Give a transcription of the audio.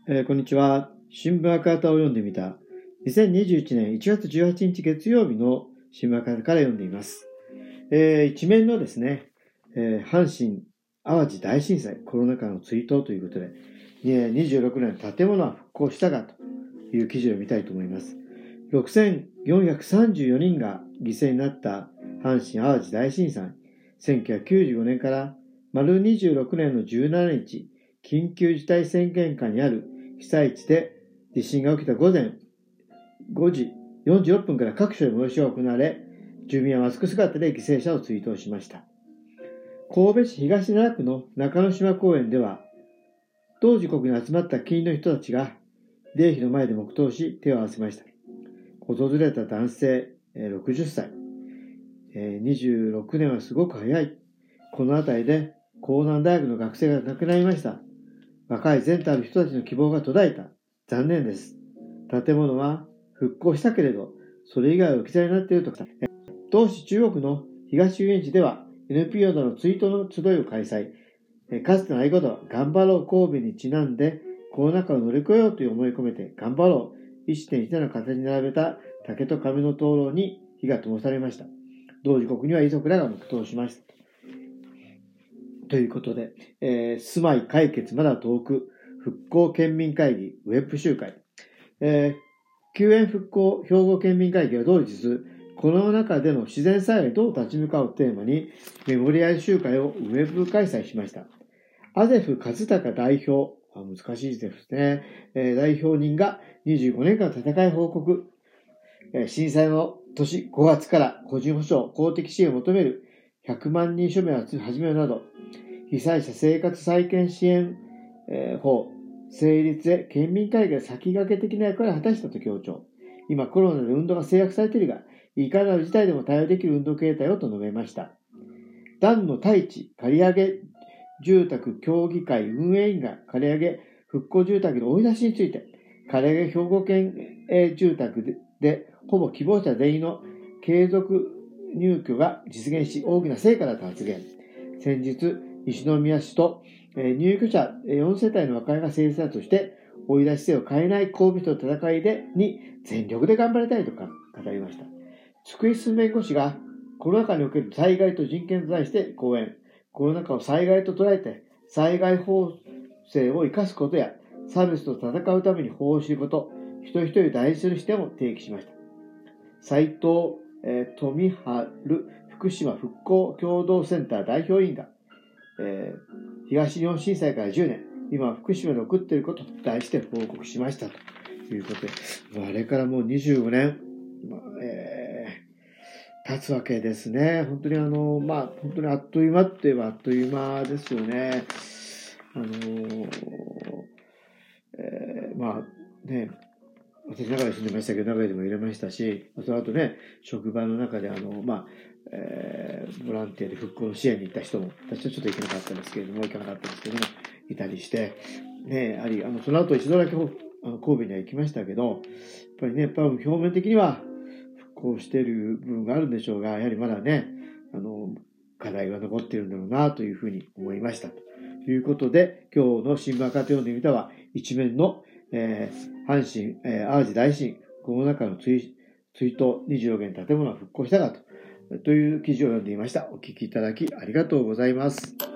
こんにちは。新聞赤旗を読んでみた。2021年1月18日月曜日の新聞赤旗から読んでいます。一面のですね、阪神・淡路大震災コロナ禍の追悼ということで、26年建物は復興したがという記事を見たいと思います。6434人が犠牲になった阪神・淡路大震災、1995年から丸26年の17日、緊急事態宣言下にある被災地で地震が起きた午前5時46分から各所で催しが行われ、住民はマスク姿で犠牲者を追悼しました。神戸市東灘区の中之島公園では、同時刻に集まった近隣の人たちが慰霊碑の前で黙祷し手を合わせました。訪れた男性60歳、26年はすごく早い。この辺りで江南大学の学生が亡くなりました。若い前途ある人たちの希望が途絶えた。残念です。建物は復興したけれど、それ以外は置き去りになっているとか。同市中央区の東遊園地では NPO などの追悼の集いを開催。かつての合言葉、頑張ろう神戸にちなんで、コロナ禍を乗り越えようという思いを込めて、頑張ろう 1.17 の形に並べた竹と紙の灯籠に火が灯されました。同時刻には遺族らが黙祷しました。ということで、住まい解決まだ遠く、復興県民会議ウェブ集会、救援復興兵庫県民会議は同日、この中での自然災害どう立ち向かうをテーマにメモリアル集会をウェブ開催しました。アゼフ和孝代表、難しいですね、代表人が25年間の戦い報告、震災の年5月から個人保障、公的支援を求める100万人署名を始めるなど、被災者生活再建支援法成立へ県民会議が先駆け的な役割を果たしたと強調。今コロナで運動が制約されているが、いかなる事態でも対応できる運動形態をと述べました。団の太一借り上げ住宅協議会運営委員が借り上げ復興住宅の追い出しについて、借り上げ兵庫県住宅でほぼ希望者全員の継続入居が実現し大きな成果だと発言。先日、西宮市と入居者4世帯の和解が成立だとして、追い出し制を変えない神戸市の戦いに全力で頑張りたいとか語りました。津久井進弁護士がコロナ禍における災害と人権と題して講演。コロナ禍を災害と捉えて、災害法制を生かすことや、差別と戦うために法を知ること、一人一人大事する視点を提起しました。斉藤富春福島復興共同センター代表委員が、東日本震災から10年、今福島で起こっていることと題して報告しましたということで、あれからもう25年、経つわけですね。本当に本当にあっという間って言えばあっという間ですよね。私長井住んでましたけど、長井でも入れましたし、その後ね、職場の中でボランティアで復興の支援に行った人も、私はちょっと行けなかったんですけれども、いたりして、ね、その後一度だけ神戸には行きましたけど、やっぱり表面的には復興している部分があるんでしょうが、やはりまだね、課題が残っているんだろうなというふうに思いました。ということで、今日の新聞赤手読んでみたは、一面の、阪神、淡路大震、コロナ禍の追悼26件建物は復興したがという記事を読んでいました。お聞きいただきありがとうございます。